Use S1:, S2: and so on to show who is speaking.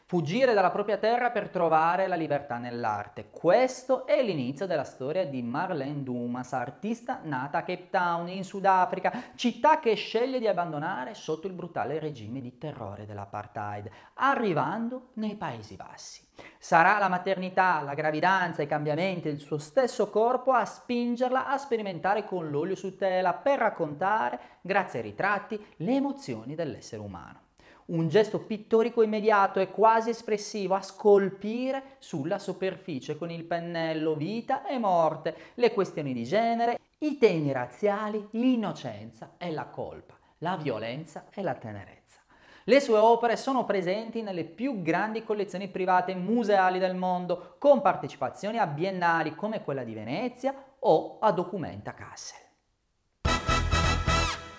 S1: Fuggire dalla propria terra per trovare la libertà nell'arte. Questo è l'inizio della storia di Marlene Dumas, artista nata a Cape Town, in Sudafrica, città che sceglie di abbandonare sotto il brutale regime di terrore dell'apartheid, arrivando nei Paesi Bassi. Sarà la maternità, la gravidanza, i cambiamenti del suo stesso corpo a spingerla a sperimentare con l'olio su tela per raccontare, grazie ai ritratti, le emozioni dell'essere umano. Un gesto pittorico immediato e quasi espressivo a scolpire sulla superficie con il pennello vita e morte, le questioni di genere, i temi razziali, l'innocenza e la colpa, la violenza e la tenerezza. Le sue opere sono presenti nelle più grandi collezioni private museali del mondo, con partecipazioni a biennali come quella di Venezia o a Documenta Kassel.